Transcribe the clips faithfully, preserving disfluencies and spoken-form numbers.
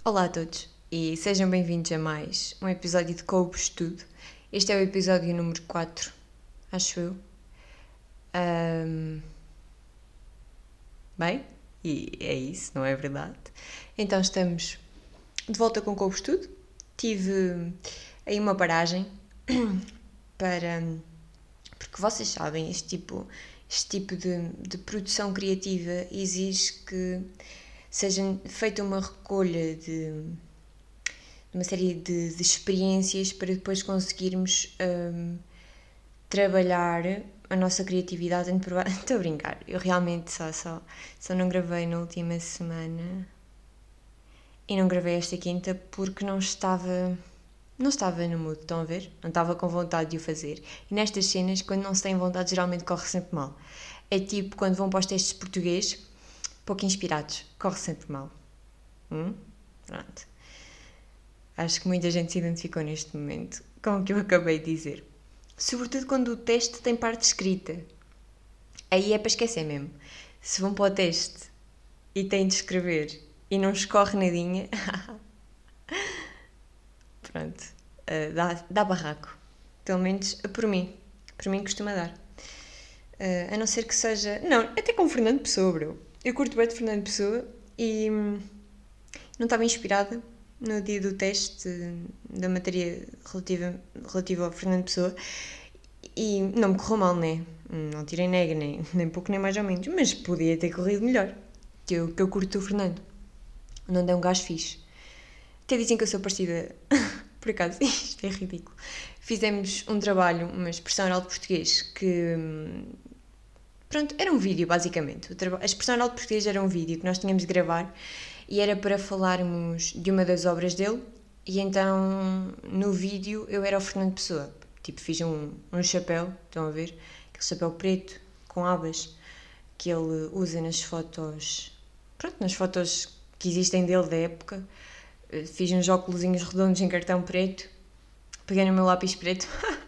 Olá a todos e sejam bem-vindos a mais um episódio de Coube Estudo. Este é o episódio número quatro, acho eu. Um... Bem, e é isso, não é verdade? Então estamos de volta com Coube Estudo. Tive aí uma paragem para... Porque vocês sabem, este tipo, este tipo de, de produção criativa exige que seja feita uma recolha de... uma série de, de experiências para depois conseguirmos um, trabalhar a nossa criatividade. Estou a brincar, eu realmente só, só, só não gravei na última semana e não gravei esta quinta porque não estava, não estava no mood, estão a ver? Não estava com vontade de o fazer. E nestas cenas, quando não se tem vontade, geralmente corre sempre mal. É tipo quando vão para os testes de português, pouco inspirados, corre sempre mal. Hum? Pronto. Acho que muita gente se identificou neste momento com o que eu acabei de dizer. Sobretudo quando o teste tem parte escrita. Aí é para esquecer mesmo. Se vão para o teste e têm de escrever e não escorre nadinha, pronto, uh, dá, dá barraco. Pelo menos por mim. Por mim costuma dar. Uh, a não ser que seja... Não, até com Fernando Pessoa, bro. Eu curto bem de Fernando Pessoa e hum, não estava inspirada no dia do teste da matéria relativa, relativa ao Fernando Pessoa e não me correu mal, né? Não tirei nega, nem, nem pouco nem mais ou menos, mas podia ter corrido melhor, que eu, que eu curto o Fernando. Não é um gajo fixe. Até dizem que eu sou parecida, por acaso, isto é ridículo. Fizemos um trabalho, uma expressão oral de português que... Pronto, era um vídeo, basicamente. A expressão oral de português era um vídeo que nós tínhamos de gravar e era para falarmos de uma das obras dele, e então no vídeo eu era o Fernando Pessoa. Tipo, fiz um, um chapéu, estão a ver? Aquele chapéu preto, com abas, que ele usa nas fotos, pronto, nas fotos que existem dele da época. Fiz uns óculosinhos redondos em cartão preto, peguei no meu lápis preto.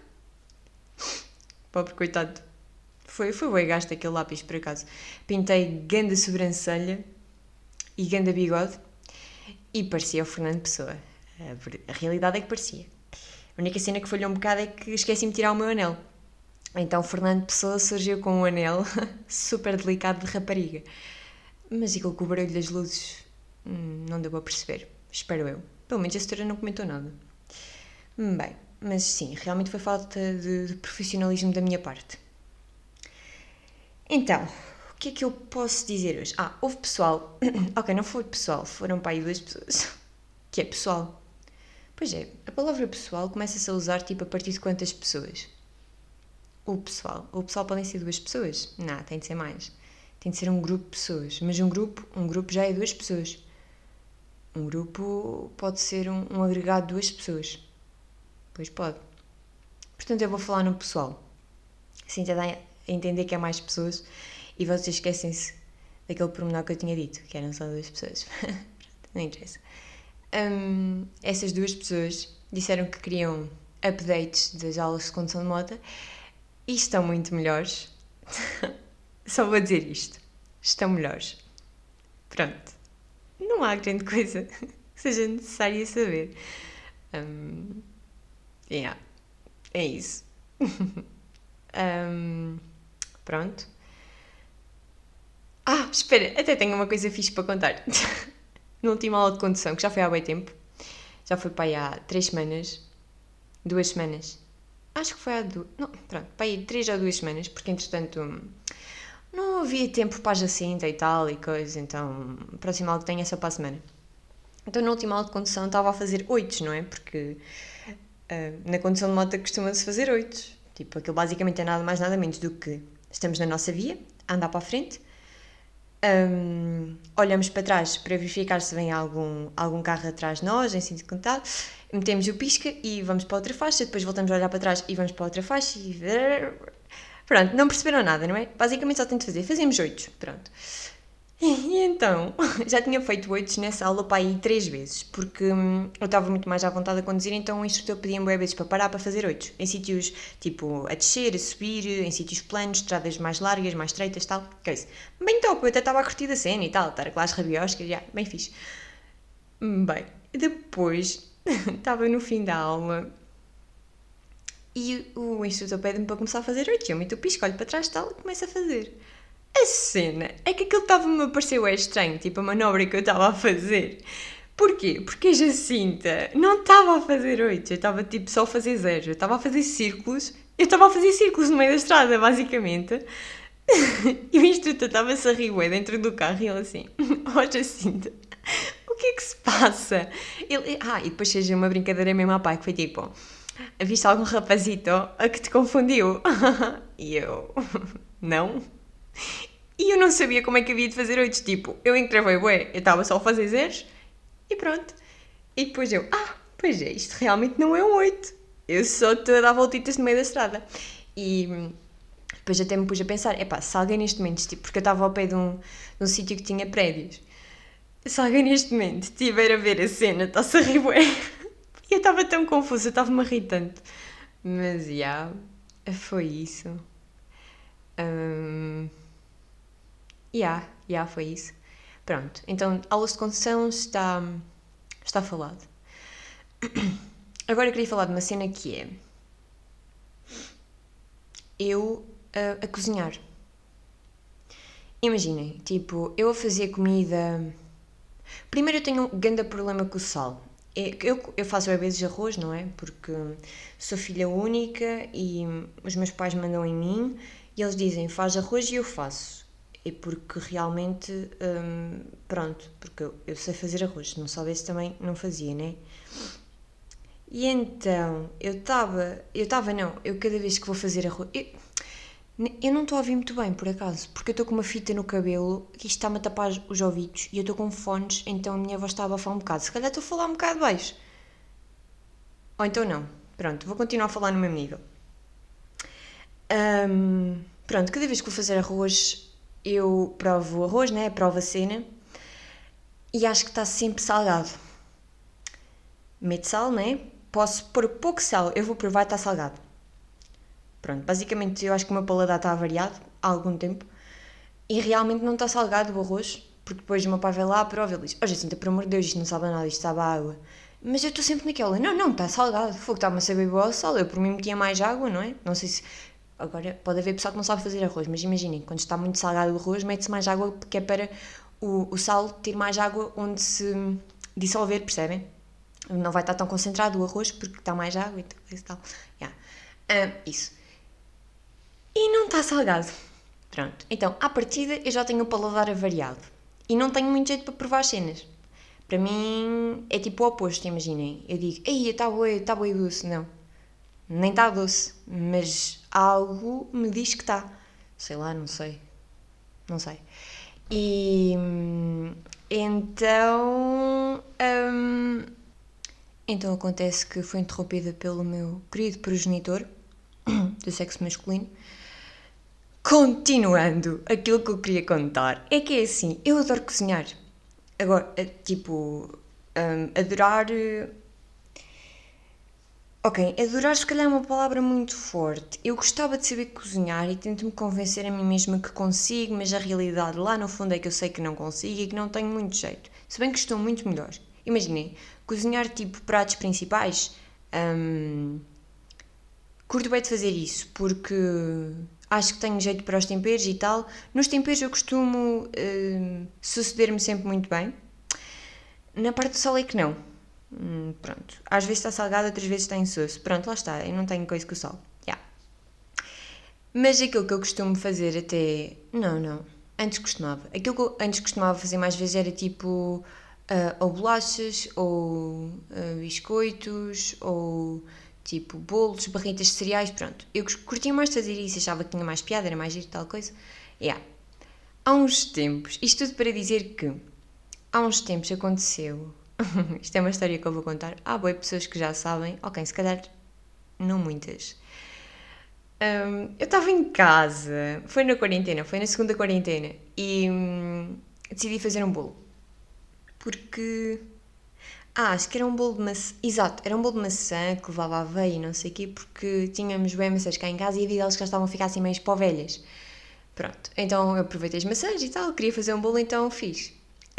Pobre coitado. Foi, foi bem gasto aquele lápis, por acaso. Pintei ganda sobrancelha e ganda bigode e parecia o Fernando Pessoa. A realidade é que parecia. A única cena que falhou um bocado é que esqueci-me de tirar o meu anel. Então o Fernando Pessoa surgiu com um anel super delicado de rapariga. Mas aquilo com o barulho das luzes hum, não deu a perceber. Espero eu. Pelo menos a setora não comentou nada. Bem, mas sim, realmente foi falta de, de profissionalismo da minha parte. Então... o que é que eu posso dizer hoje? Ah, houve pessoal... ok, não foi pessoal, foram para aí duas pessoas. Que é pessoal. Pois é, a palavra pessoal começa-se a usar tipo a partir de quantas pessoas? O pessoal. O pessoal podem ser duas pessoas? Não, tem de ser mais. Tem de ser um grupo de pessoas. Mas um grupo, um grupo já é duas pessoas. Um grupo pode ser um, um agregado de duas pessoas. Pois pode. Portanto, eu vou falar no pessoal. Assim já dá a entender que é mais pessoas. E vocês esquecem-se daquele pormenor que eu tinha dito, que eram só duas pessoas. Não interessa. Um, essas duas pessoas disseram que queriam updates das aulas de condução de moto e estão muito melhores. Só vou dizer isto. Estão melhores. Pronto. Não há grande coisa que seja necessária saber. Um, yeah. É isso. um, pronto. Ah, espera, até tenho uma coisa fixe para contar. Na última aula de condução, que já foi há bem tempo, já foi para aí há três semanas, duas semanas, acho que foi há duas, não, pronto, para aí três ou duas semanas, porque entretanto não havia tempo para a Jacinta e tal e coisa, então a próxima aula que tenho é só para a semana. Então na última aula de condução estava a fazer oitos, não é? Porque uh, na condução de moto costuma-se fazer oitos. Tipo, aquilo basicamente é nada mais nada menos do que estamos na nossa via, a andar para a frente, Um, olhamos para trás para verificar se vem algum, algum carro atrás de nós em sentido contrário, metemos o pisca e vamos para outra faixa, depois voltamos a olhar para trás e vamos para outra faixa e... pronto, não perceberam nada, não é? Basicamente só tem de fazer, fazemos oitos, pronto. E então, já tinha feito oitos nessa aula para aí três vezes, porque hum, eu estava muito mais à vontade a conduzir, então o instrutor pedia-me bué vezes para parar para fazer oitos, em sítios tipo a descer, a subir, em sítios planos, estradas mais largas, mais estreitas, tal, que é isso. Bem top, eu até estava a curtir da cena e tal, estar a classe rabioscas, já, bem fixe. Bem, depois estava no fim da aula e o instrutor pede-me para começar a fazer oito. Eu meto o pisco, olho para trás e tal e começo a fazer. A cena é que aquilo estava-me a parecer é estranho, tipo a manobra que eu estava a fazer. Porquê? Porque a Jacinta não estava a fazer oito, eu estava tipo só a fazer zero, eu estava a fazer círculos, eu estava a fazer círculos no meio da estrada, basicamente. E o instrutor estava-se a rir dentro do carro e ele assim, ó oh, Jacinta, o que é que se passa? Ele, ah, e depois seja uma brincadeira mesmo à pai, que foi tipo, viste algum rapazito a que te confundiu? E eu, não. E eu não sabia como é que havia de fazer oito, tipo, eu encravei bué, eu estava só a fazer zeros e pronto. E depois eu, ah, pois é, isto realmente não é um oito. Eu só estou a dar voltitas no meio da estrada. E depois até me pus a pensar, epá, se alguém neste momento, tipo, porque eu estava ao pé de um, de um sítio que tinha prédios, se alguém neste momento estiver a ver a cena, está-se a rir bué. E eu estava tão confusa, eu estava-me a rir tanto. Mas, já, yeah, foi isso. Um, já, já, foi isso. Pronto, então, aulas de condução está, está falado. Agora eu queria falar de uma cena que é eu a, a cozinhar. Imaginem, tipo, eu a fazer comida... Primeiro eu tenho um grande problema com o sal. Eu, eu faço às vezes arroz, não é? Porque sou filha única e os meus pais mandam em mim e eles dizem faz arroz e eu faço. E porque realmente, hum, pronto, porque eu, eu sei fazer arroz, se não soubesse também não fazia, né? E então, eu estava, eu estava não, eu cada vez que vou fazer arroz... Eu, eu não estou a ouvir muito bem, por acaso, porque eu estou com uma fita no cabelo que isto está-me a tapar os ouvidos e eu estou com fones, então a minha voz está a abafar um bocado. Se calhar estou a falar um bocado baixo. Ou então não. Pronto, vou continuar a falar no mesmo nível. Um, pronto, cada vez que vou fazer arroz, eu provo o arroz, né? Provo a cena e acho que está sempre salgado. Meto sal, né? Posso pôr pouco sal, eu vou provar e está salgado. Pronto, basicamente eu acho que o meu paladar está variado há algum tempo e realmente não está salgado o arroz, porque depois o meu pai vai lá, prova e ele diz, ó oh, Jacinta, por amor de Deus, isto não sabe nada, isto sabe a água. Mas eu estou sempre naquela, não, não, está salgado, fogo, está-me a saber boa ao sal, eu por mim metia mais água, não é? Não sei se... Agora, pode haver pessoal que não sabe fazer arroz, mas imaginem, quando está muito salgado o arroz, mete-se mais água, porque é para o, o sal ter mais água onde se dissolver, percebem? Não vai estar tão concentrado o arroz, porque está mais água e tal. Yeah. Uh, isso. E não está salgado. Pronto. Então, à partida, eu já tenho o paladar avariado. E não tenho muito jeito para provar as cenas. Para mim, é tipo o oposto, imaginem. Eu digo, ei, está boi, está boi doce. Não. Nem está doce. Mas algo me diz que está. Sei lá, não sei. Não sei. E... Então... Hum, então acontece que foi interrompida pelo meu querido progenitor do sexo masculino. Continuando aquilo que eu queria contar, é que é assim, eu adoro cozinhar. Agora, tipo, um, adorar... Ok, adorar se calhar é uma palavra muito forte. Eu gostava de saber cozinhar e tento-me convencer a mim mesma que consigo, mas a realidade lá no fundo é que eu sei que não consigo e que não tenho muito jeito. Se bem que estou muito melhor. Imaginem, cozinhar tipo pratos principais... Um, curto bem de fazer isso, porque... Acho que tenho jeito para os temperos e tal. Nos temperos eu costumo uh, suceder-me sempre muito bem. Na parte do sal é que não. Hum, pronto. Às vezes está salgado, outras vezes está insosso. Pronto, lá está. Eu não tenho coisa com o sal. Yeah. Mas aquilo que eu costumo fazer até... Não, não. Antes costumava. Aquilo que eu antes costumava fazer mais vezes era tipo... Uh, ou bolachas, ou uh, biscoitos, ou... tipo bolos, barritas de cereais, pronto. Eu curtia mais de fazer isso, achava que tinha mais piada, era mais giro, tal coisa. Yeah. Há uns tempos, isto tudo para dizer que há uns tempos aconteceu, isto é uma história que eu vou contar, há boas pessoas que já sabem, ok, se calhar não muitas. Um, eu estava em casa, foi na quarentena, foi na segunda quarentena, e hum, decidi fazer um bolo. Porque... Ah, acho que era um bolo de maçã. Exato, era um bolo de maçã que levava aveia e não sei o quê, porque tínhamos bem maçãs cá em casa e havia delas que já estavam a ficar assim meio espovelhas. Pronto, então eu aproveitei as maçãs e tal, queria fazer um bolo, então fiz.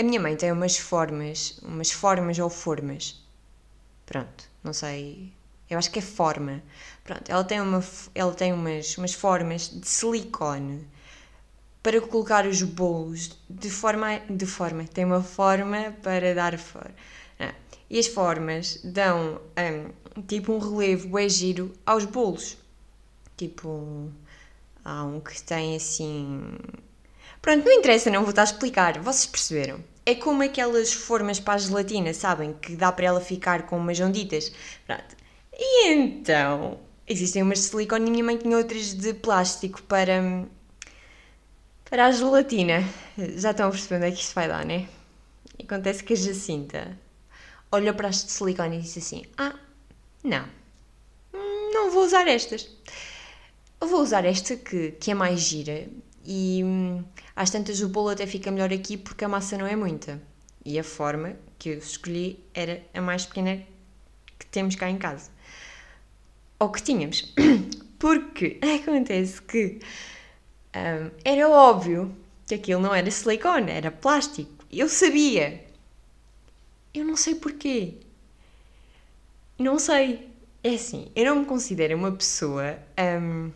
A minha mãe tem umas formas, umas formas ou formas. Pronto, não sei. Eu acho que é forma. Pronto, ela tem, uma, ela tem umas, umas formas de silicone para colocar os bolos de forma. De forma. Tem uma forma para dar forma. Ah, e as formas dão um, tipo um relevo bem giro aos bolos. Tipo, há um que tem assim. Pronto, não interessa, não vou estar a explicar. Vocês perceberam? É como aquelas formas para a gelatina, sabem? Que dá para ela ficar com umas onditas. Pronto. E então, existem umas de silicone e a minha mãe tinha outras de plástico para, para a gelatina. Já estão a perceber onde é que isto vai dar, né? E acontece que a Jacinta olhou para as de silicone e disse assim: Ah, não, não vou usar estas. Eu vou usar esta que, que é mais gira e hum, às tantas o bolo até fica melhor aqui porque a massa não é muita. E a forma que eu escolhi era a mais pequena que temos cá em casa. Ou que tínhamos. Porque acontece que hum, era óbvio que aquilo não era silicone, era plástico. Eu sabia. Eu não sei porquê. Não sei. É assim, eu não me considero uma pessoa hum,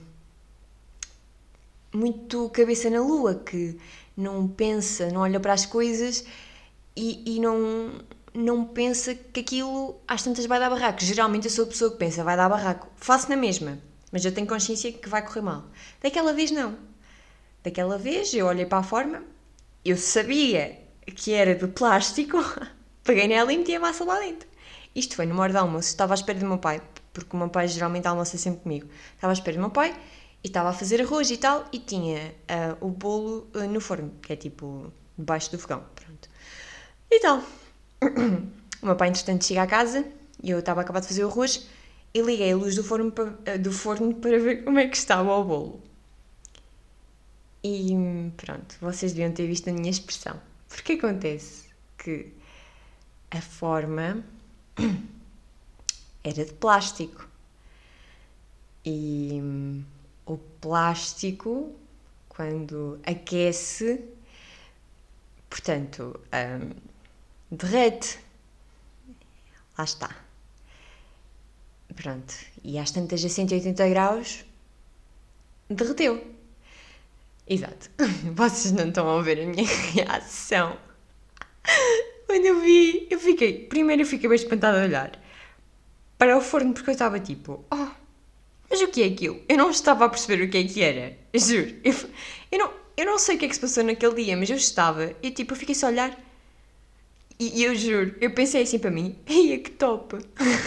muito cabeça na lua, que não pensa, não olha para as coisas e, e não, não pensa que aquilo às tantas vai dar barraco. Geralmente eu sou a pessoa que pensa, vai dar barraco. Faço na mesma, mas eu tenho consciência que vai correr mal. Daquela vez não. Daquela vez eu olhei para a forma, eu sabia que era de plástico, peguei nela e meti a massa lá dentro. Isto foi numa hora de almoço, estava à espera do meu pai, porque o meu pai geralmente almoça sempre comigo. Estava à espera do meu pai e estava a fazer arroz e tal, e tinha uh, o bolo uh, no forno, que é tipo debaixo do fogão, pronto. E tal. O meu pai, entretanto, chega à casa e eu estava a acabar de fazer o arroz e liguei a luz do forno, para, uh, do forno para ver como é que estava o bolo. E pronto, vocês deviam ter visto a minha expressão. Porque acontece que a forma era de plástico. E o plástico, quando aquece, portanto, um, derrete. Lá está. Pronto. E às tantas a cento e oitenta graus, derreteu. Exato. Vocês não estão a ver a minha reação. Quando eu vi, eu fiquei... Primeiro eu fiquei bem espantada a olhar para o forno, porque eu estava tipo... Oh, mas o que é aquilo? Eu não estava a perceber o que é que era. Juro. Eu, eu, não, eu não sei o que é que se passou naquele dia, mas eu estava... E tipo, eu fiquei só a olhar. E, e eu juro, eu pensei assim para mim... Eia, que top!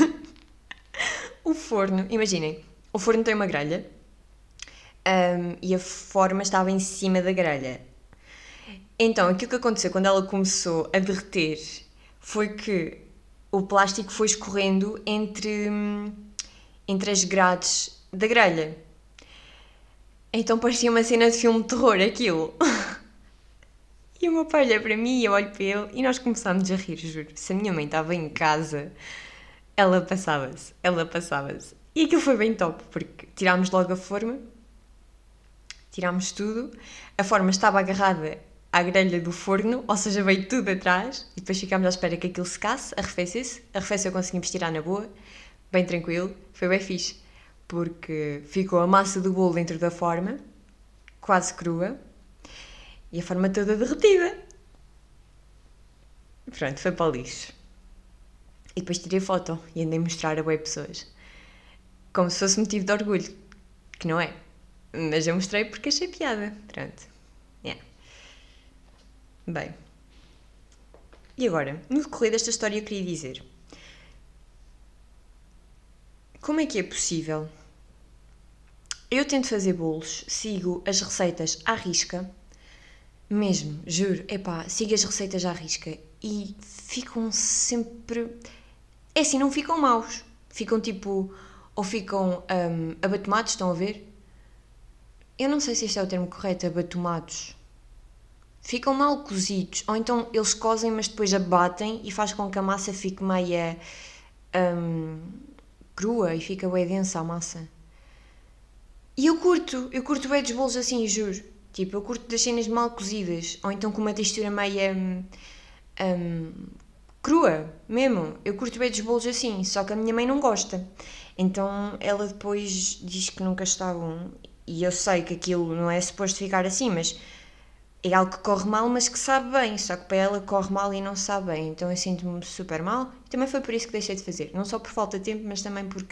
O forno, imaginem. O forno tem uma grelha. Um, e a forma estava em cima da grelha. Então, aquilo que aconteceu quando ela começou a derreter foi que o plástico foi escorrendo entre, entre as grades da grelha. Então parecia uma cena de filme de terror, aquilo. E o meu pai olha para mim e eu olho para ele e nós começámos a rir, juro. Se a minha mãe estava em casa, ela passava-se, ela passava-se. E aquilo foi bem top, porque tirámos logo a forma, tirámos tudo, a forma estava agarrada à grelha do forno, ou seja, veio tudo atrás, e depois ficámos à espera que aquilo secasse, arrefecesse, arrefeceu, conseguimos tirar na boa, bem tranquilo, foi bem fixe, porque ficou a massa do bolo dentro da forma, quase crua, e a forma toda derretida. Pronto, foi para o lixo. E depois tirei foto e andei a mostrar a bué pessoas, como se fosse motivo de orgulho, que não é, mas eu mostrei porque achei piada, pronto, yeah. Bem, e agora, no decorrer desta história eu queria dizer, como é que é possível? Eu tento fazer bolos, sigo as receitas à risca, mesmo, juro, epá, sigo as receitas à risca e ficam sempre, é assim, não ficam maus, ficam tipo, ou ficam um, abatumados, estão a ver? Eu não sei se este é o termo correto, abatumados. Ficam mal cozidos, ou então eles cozem mas depois abatem e faz com que a massa fique meia um, crua e fica bem densa a massa. E eu curto, eu curto bem dos bolos assim, juro. Tipo, eu curto das cenas mal cozidas, ou então com uma textura meia, hum, crua, mesmo. Eu curto bem dos bolos assim, só que a minha mãe não gosta. Então ela depois diz que nunca está bom. E eu sei que aquilo não é suposto ficar assim, mas é algo que corre mal, mas que sabe bem. Só que para ela corre mal e não sabe bem. Então eu sinto-me super mal. E também foi por isso que deixei de fazer. Não só por falta de tempo, mas também porque,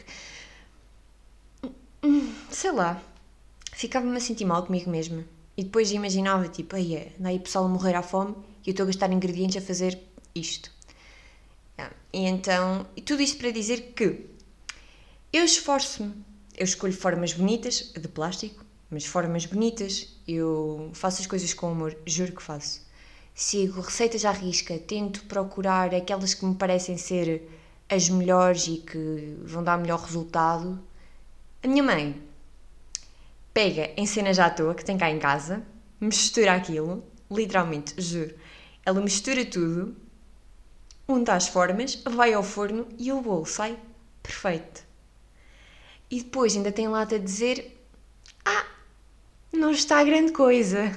sei lá, ficava-me a sentir mal comigo mesma. E depois imaginava, tipo, aí é, daí o pessoal a morrer à fome e eu estou a gastar ingredientes a fazer isto. Yeah. E então, e tudo isto para dizer que eu esforço-me, eu escolho formas bonitas, de plástico, mas formas bonitas, eu faço as coisas com amor, juro que faço. Sigo receitas à risca, tento procurar aquelas que me parecem ser as melhores e que vão dar melhor resultado. A minha mãe pega em cenas à toa que tem cá em casa, mistura aquilo, literalmente, juro. Ela mistura tudo, unta as formas, vai ao forno e o bolo sai perfeito. E depois ainda tem lata a dizer: ah, não está grande coisa.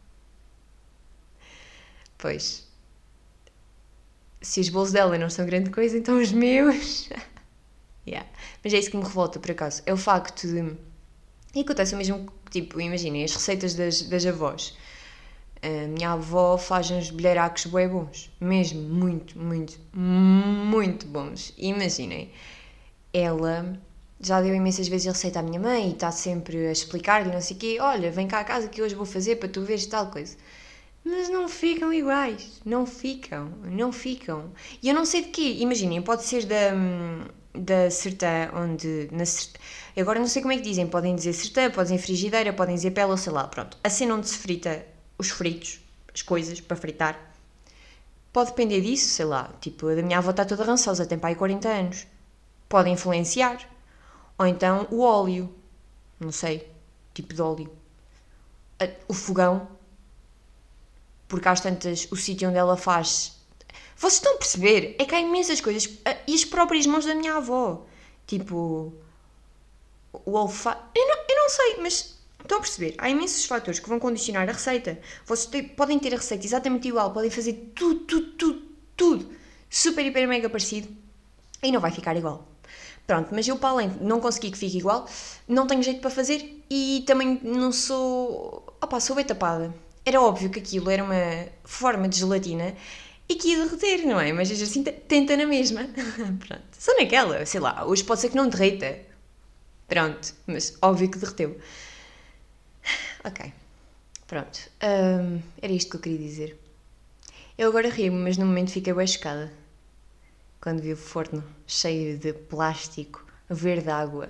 Pois, se os bolos dela não são grande coisa, então os meus... yeah. Mas é isso que me revolta, por acaso. É o facto de... E acontece o mesmo, tipo, imaginem, as receitas das, das avós. A minha avó faz uns bilharacos bué bons. Mesmo, muito, muito, muito bons. Imaginem, ela já deu imensas vezes a receita à minha mãe e está sempre a explicar-lhe, não sei o quê. Olha, vem cá a casa que hoje vou fazer para tu veres tal coisa. Mas não ficam iguais. Não ficam. Não ficam. E eu não sei de quê. Imaginem, pode ser da... da sertã, onde... Na sertã, agora não sei como é que dizem. Podem dizer sertã, podem dizer frigideira, podem dizer pela, sei lá. Pronto. A cena onde se frita os fritos, as coisas para fritar. Pode depender disso, sei lá. Tipo, a da minha avó está toda rançosa, tem pai quarenta anos. Pode influenciar. Ou então o óleo. Não sei. Tipo de óleo. O fogão. Porque às tantas, o sítio onde ela faz... Vocês estão a perceber? É que há imensas coisas. E as próprias mãos da minha avó. Tipo... O olfato... Eu não, eu não sei, mas... Estão a perceber? Há imensos fatores que vão condicionar a receita. Vocês te, podem ter a receita exatamente igual. Podem fazer tudo, tudo, tudo, tudo. Super, hiper, mega parecido. E não vai ficar igual. Pronto, mas eu, para além de não conseguir que fique igual, não tenho jeito para fazer. E também não sou... Opá, sou bem tapada. Era óbvio que aquilo era uma forma de gelatina e que ia derreter, não é? Mas a Jacinta tenta na mesma. Pronto. Só naquela, sei lá, hoje pode ser que não derreta. Pronto, mas óbvio que derreteu. Ok, pronto. Um, era isto que eu queria dizer. Eu agora rio-me, mas no momento fiquei bem chocada. Quando vi o forno cheio de plástico, verde água.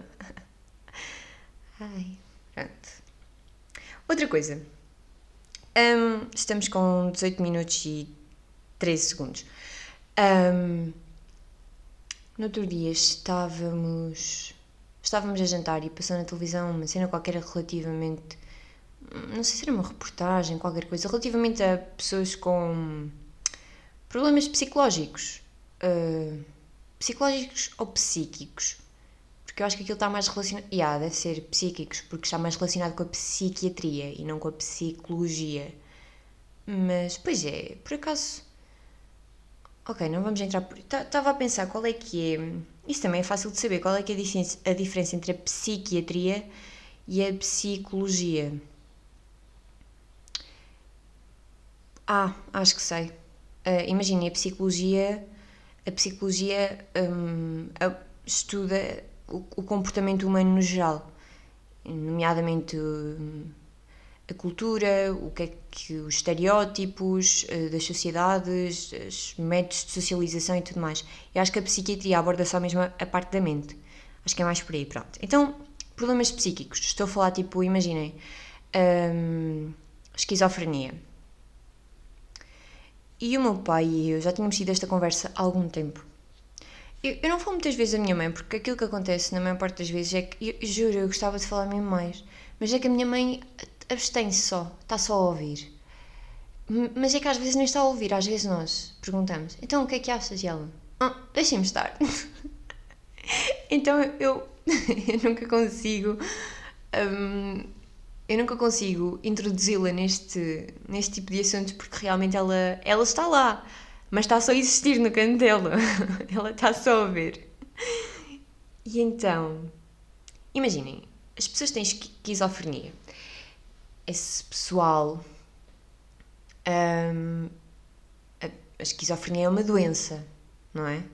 Ai, pronto. Outra coisa. Um, estamos com dezoito minutos e treze segundos. Um, no outro dia estávamos estávamos a jantar e passou na televisão uma cena qualquer relativamente, não sei se era uma reportagem, qualquer coisa, relativamente a pessoas com problemas psicológicos. Uh, psicológicos ou psíquicos? Porque eu acho que aquilo está mais relacionado... Yeah, deve ser psíquicos, porque está mais relacionado com a psiquiatria e não com a psicologia. Mas, pois é, por acaso... Ok, não vamos entrar por... Estava a pensar qual é que é... Isso também é fácil de saber. Qual é que é a diferença entre a psiquiatria e a psicologia? Ah, acho que sei. Uh, Imaginem, a psicologia... A psicologia um, estuda o, o comportamento humano no geral. Nomeadamente... Um, a cultura, o que é que os estereótipos uh, das sociedades, os métodos de socialização e tudo mais. Eu acho que a psiquiatria aborda só mesmo a, a parte da mente. Acho que é mais por aí, pronto. Então, problemas psíquicos. Estou a falar, tipo, imaginem, um, esquizofrenia. E o meu pai e eu já tínhamos tido esta conversa há algum tempo. Eu, eu não falo muitas vezes da minha mãe, porque aquilo que acontece na maior parte das vezes é que, eu, eu juro, eu gostava de falar mesmo mais, mas é que a minha mãe abstém-se só, está só a ouvir. Mas é que às vezes nem está a ouvir, às vezes nós perguntamos, então o que é que achas? E ela, ah, deixem-me estar. Então eu, eu nunca consigo, um, eu nunca consigo introduzi-la neste, neste tipo de assuntos, porque realmente ela, ela está lá, mas está só a existir no canto dela. Ela está só a ver. E então, imaginem, as pessoas têm esquizofrenia. Esse pessoal... Hum, a, a esquizofrenia é uma doença, não é?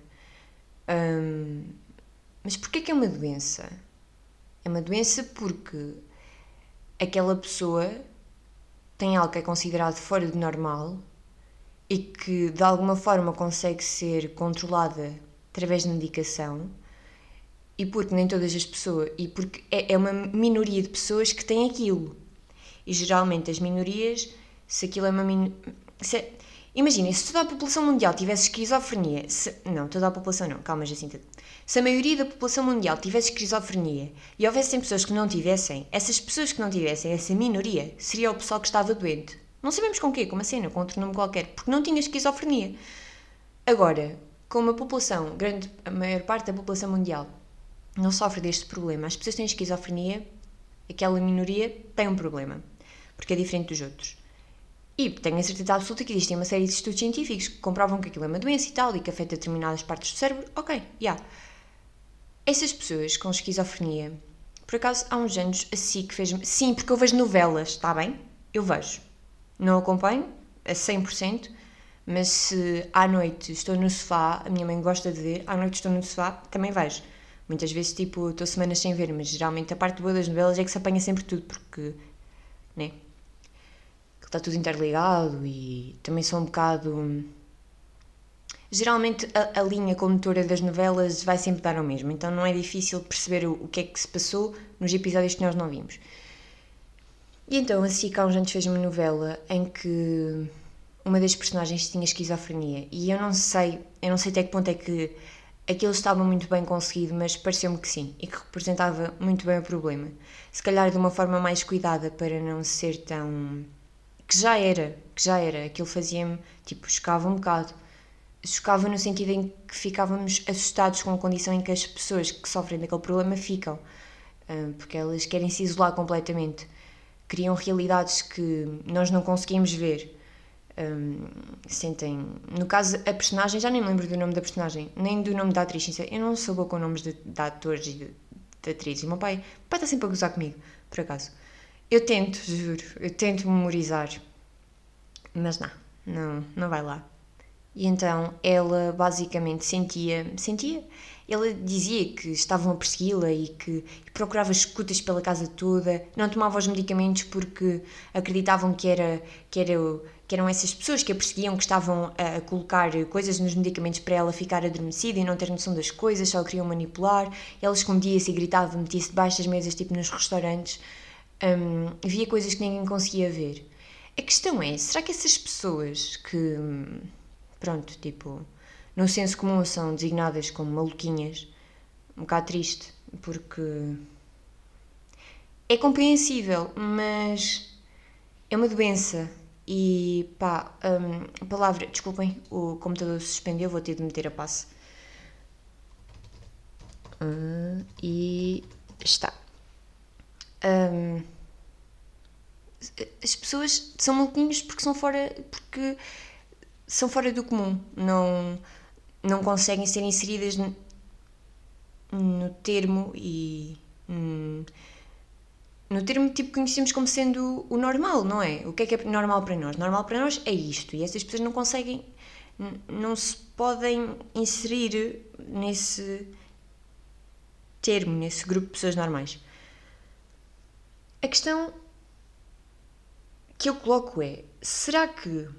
Hum, mas porquê que é uma doença? É uma doença porque aquela pessoa tem algo que é considerado fora do normal e que de alguma forma consegue ser controlada através de medicação, e porque nem todas as pessoas, e porque é, é uma minoria de pessoas que têm aquilo. E geralmente as minorias, se aquilo é uma minoria... É, imaginem, se toda a população mundial tivesse esquizofrenia... Se, não, toda a população não, calma, Jacinta. Se a maioria da população mundial tivesse esquizofrenia e houvessem pessoas que não tivessem, essas pessoas que não tivessem, essa minoria, seria o pessoal que estava doente. Não sabemos com o quê, com uma cena, com outro nome qualquer, porque não tinha esquizofrenia. Agora, como a população, grande, a maior parte da população mundial não sofre deste problema, as pessoas têm esquizofrenia, aquela minoria tem um problema, porque é diferente dos outros. E tenho a certeza absoluta que existem uma série de estudos científicos que comprovam que aquilo é uma doença e tal, e que afeta determinadas partes do cérebro. Ok, já. Yeah. Essas pessoas com esquizofrenia, por acaso há uns anos a S I C fez... Sim, porque eu vejo novelas, está bem? Eu vejo. Não acompanho a cem por cento, mas se à noite estou no sofá, a minha mãe gosta de ver, à noite estou no sofá, também vejo. Muitas vezes, tipo, estou semanas sem ver, mas geralmente a parte boa das novelas é que se apanha sempre tudo, porque, né, está tudo interligado e também são um bocado... Geralmente a, a linha condutora das novelas vai sempre dar ao mesmo, então não é difícil perceber o, o que é que se passou nos episódios que nós não vimos. E então a S I C há uns anos fez uma novela em que uma das personagens tinha esquizofrenia, e eu não sei, eu não sei até que ponto é que aquilo estava muito bem conseguido, mas pareceu-me que sim, e que representava muito bem o problema. Se calhar de uma forma mais cuidada para não ser tão... Que já era, que já era, aquilo fazia-me, tipo, chocava um bocado. Chocava no sentido em que ficávamos assustados com a condição em que as pessoas que sofrem daquele problema ficam, porque elas querem se isolar completamente, criam realidades que nós não conseguimos ver. Um, sentem... No caso, a personagem, já nem me lembro do nome da personagem, nem do nome da atriz. Eu não sou boa com nomes de, de atores e de, de atrizes. O meu pai, o pai está sempre a gozar comigo, por acaso. Eu tento, juro, eu tento memorizar, mas não, não, não vai lá. E então ela basicamente sentia, sentia, ela dizia que estavam a persegui-la e que e procurava escutas pela casa toda, não tomava os medicamentos porque acreditavam que, era, que, era, que eram essas pessoas que a perseguiam, que estavam a colocar coisas nos medicamentos para ela ficar adormecida e não ter noção das coisas, só a queriam manipular. Ela escondia-se e gritava, metia-se debaixo das mesas, tipo nos restaurantes, um, via coisas que ninguém conseguia ver. A questão é, será que essas pessoas que... pronto, tipo, no senso comum são designadas como maluquinhas, um bocado triste, porque é compreensível, mas é uma doença e pá, um, a palavra, desculpem, o computador se suspendeu, vou ter de meter a passe. Uh, e está. Um, as pessoas são maluquinhas porque são fora, porque são fora do comum, não, não conseguem ser inseridas no, no termo e no termo tipo que conhecemos como sendo o normal, não é? O que é que é normal para nós? Normal para nós é isto, e essas pessoas não conseguem, não se podem inserir nesse termo, nesse grupo de pessoas normais. A questão que eu coloco é, será que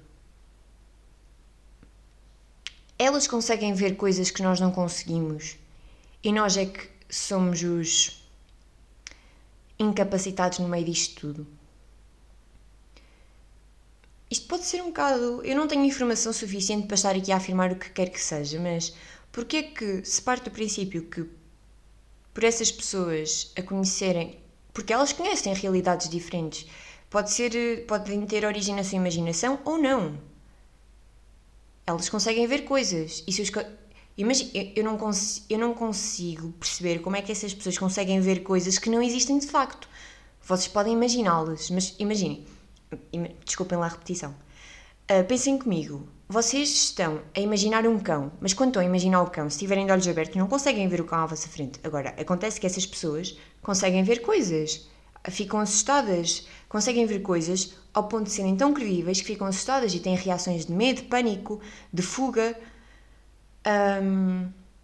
elas conseguem ver coisas que nós não conseguimos e nós é que somos os incapacitados no meio disto tudo? Isto pode ser um bocado... Eu não tenho informação suficiente para estar aqui a afirmar o que quer que seja, mas porquê é que se parte do princípio que por essas pessoas a conhecerem... Porque elas conhecem realidades diferentes. Pode ser, podem ter origem na sua imaginação ou não. Elas conseguem ver coisas. E se os, imagina, eu, não cons, eu não consigo perceber como é que essas pessoas conseguem ver coisas que não existem de facto. Vocês podem imaginá-las, mas imaginem. Desculpem lá a repetição. Uh, pensem comigo. vocês estão a imaginar um cão, mas quando estão a imaginar o cão, se tiverem de olhos abertos, não conseguem ver o cão à vossa frente. Agora, acontece que essas pessoas conseguem ver coisas, ficam assustadas, conseguem ver coisas ao ponto de serem tão credíveis que ficam assustadas e têm reações de medo, pânico, de fuga. Um,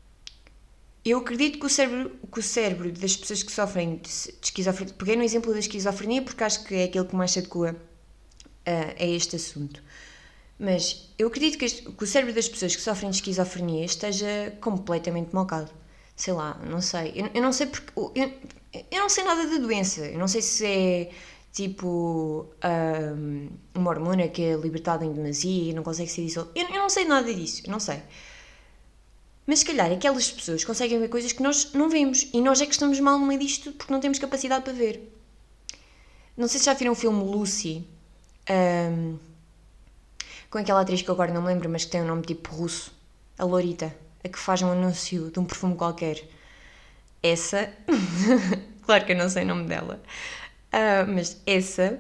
eu acredito que o, cérebro, que o cérebro das pessoas que sofrem de esquizofrenia... Peguei no exemplo da esquizofrenia porque acho que é aquilo que mais se adequa uh, a este assunto. Mas eu acredito que, este, que o cérebro das pessoas que sofrem de esquizofrenia esteja completamente mocado. Sei lá, não sei. Eu, eu não sei porque... Eu, eu não sei nada da doença. Eu não sei se é tipo um, uma hormona que é libertada em demasia e não consegue ser dissolvida. Eu, eu não sei nada disso. Eu não sei. Mas se calhar aquelas pessoas conseguem ver coisas que nós não vemos. E nós é que estamos mal no meio disto porque não temos capacidade para ver. Não sei se já viram o filme Lucy. Um, com aquela atriz que eu agora não me lembro, mas que tem um nome tipo russo. A Lorita. A que faz um anúncio de um perfume qualquer. Essa... claro que eu não sei o nome dela. Uh, mas essa...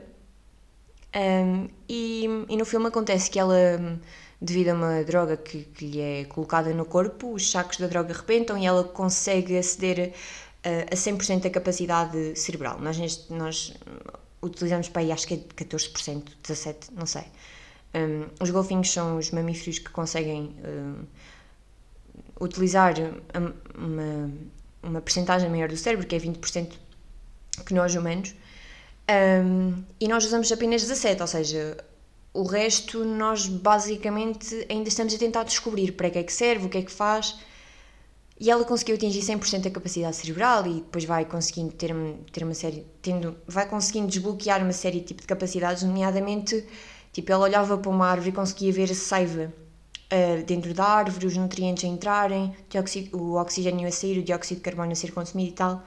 Um, e, e no filme acontece que ela... devido a uma droga que, que lhe é colocada no corpo, os sacos da droga arrebentam e ela consegue aceder a, a cem por cento da capacidade cerebral. Nós, neste, nós utilizamos para aí, acho que é catorze por cento, dezassete por cento, não sei. Um, os golfinhos são os mamíferos que conseguem um, utilizar uma, uma percentagem maior do cérebro, que é vinte por cento que nós humanos, um, e nós usamos apenas dezassete por cento, ou seja... O resto, nós basicamente ainda estamos a tentar descobrir para que é que serve, o que é que faz. E ela conseguiu atingir cem por cento da capacidade cerebral e depois vai conseguindo ter, ter uma série, tendo, vai conseguindo desbloquear uma série de, tipo, de capacidades, nomeadamente, tipo, ela olhava para uma árvore e conseguia ver a seiva uh, dentro da árvore, os nutrientes a entrarem, o oxigênio a sair, o dióxido de carbono a ser consumido e tal.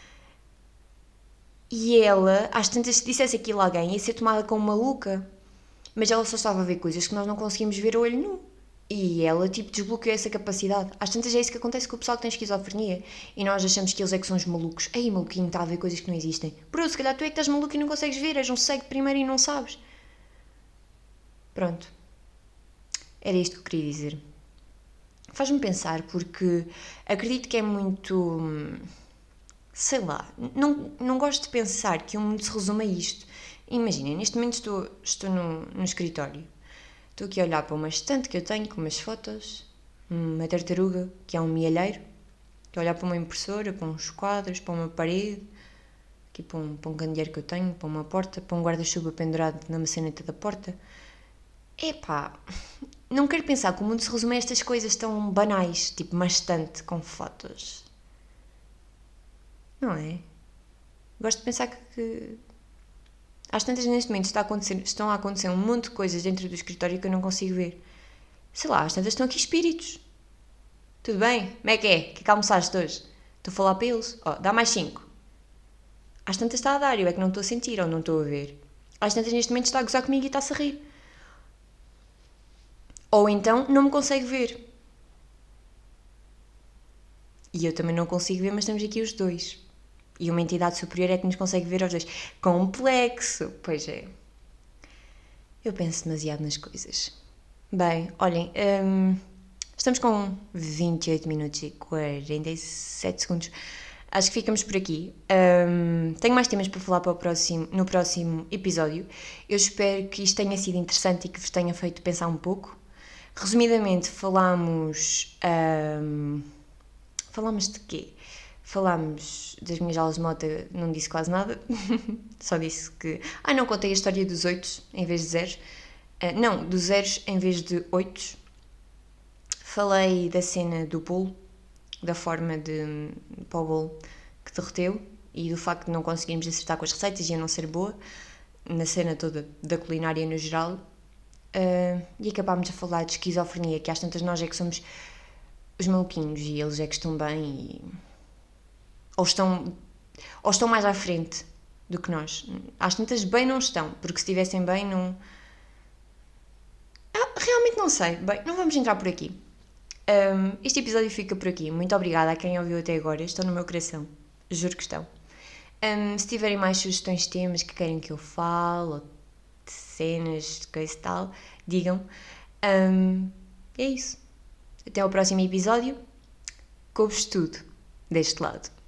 E ela, às tantas, se dissesse aquilo a alguém, ia ser tomada como maluca. Mas ela só estava a ver coisas que nós não conseguimos ver a olho nu. E ela, tipo, desbloqueou essa capacidade. Às tantas é isso que acontece com o pessoal que tem esquizofrenia. E nós achamos que eles é que são os malucos. Ei, maluquinho, está a ver coisas que não existem. Bro, se calhar tu é que estás maluco e não consegues ver. És um cego primeiro e não sabes. Pronto. Era isto que eu queria dizer. Faz-me pensar porque acredito que é muito... Sei lá. Não, não gosto de pensar que o mundo se resume a isto. Imaginem, neste momento estou, estou no, no escritório. Estou aqui a olhar para uma estante que eu tenho com umas fotos, uma tartaruga que é um mielheiro. Estou a olhar para uma impressora, para uns quadros, para uma parede, aqui para um, para um candeeiro que eu tenho, para uma porta, para um guarda-chuva pendurado na maçaneta da porta. Epá, não quero pensar que o mundo se resume a estas coisas tão banais, tipo uma estante com fotos. Não é? Gosto de pensar que... que às tantas, neste momento, está a acontecer, estão a acontecer um monte de coisas dentro do escritório que eu não consigo ver. Sei lá, às tantas estão aqui espíritos. Tudo bem? Como é que é? O que é que almoçaste hoje? Estou a falar para eles. Oh, dá mais cinco. Às tantas está a dar, eu é que não estou a sentir ou não estou a ver. Às tantas, neste momento, está a gozar comigo e está-se a rir. Ou então, não me consegue ver. E eu também não consigo ver, mas estamos aqui os dois. E uma entidade superior é que nos consegue ver aos dois. Complexo! Pois é. Eu penso demasiado nas coisas. Bem, olhem, hum, estamos com vinte e oito minutos e quarenta e sete segundos. Acho que ficamos por aqui. Hum, tenho mais temas para falar para o próximo, no próximo episódio. Eu espero que isto tenha sido interessante e que vos tenha feito pensar um pouco. Resumidamente, falámos... Hum, falámos de quê? Falámos das minhas aulas de moto, não disse quase nada, só disse que... Ah, não, contei a história dos oitos em vez de zeros. Uh, não, dos zeros em vez de oitos. Falei da cena do bolo, da forma de para o bolo que derreteu e do facto de não conseguirmos acertar com as receitas e a não ser boa, na cena toda da culinária no geral. Uh, e acabámos a falar de esquizofrenia, que às tantas nós é que somos os maluquinhos e eles é que estão bem e... Ou estão, ou estão mais à frente do que nós. Às tantas bem não estão, porque se estivessem bem não... Ah, realmente não sei. Bem, não vamos entrar por aqui. Um, este episódio fica por aqui. Muito obrigada a quem ouviu até agora. Estão no meu coração. Juro que estão. Um, se tiverem mais sugestões de temas que querem que eu fale, ou de cenas, de coisa e tal, digam. Um, é isso. Até ao próximo episódio. Couves tudo deste lado.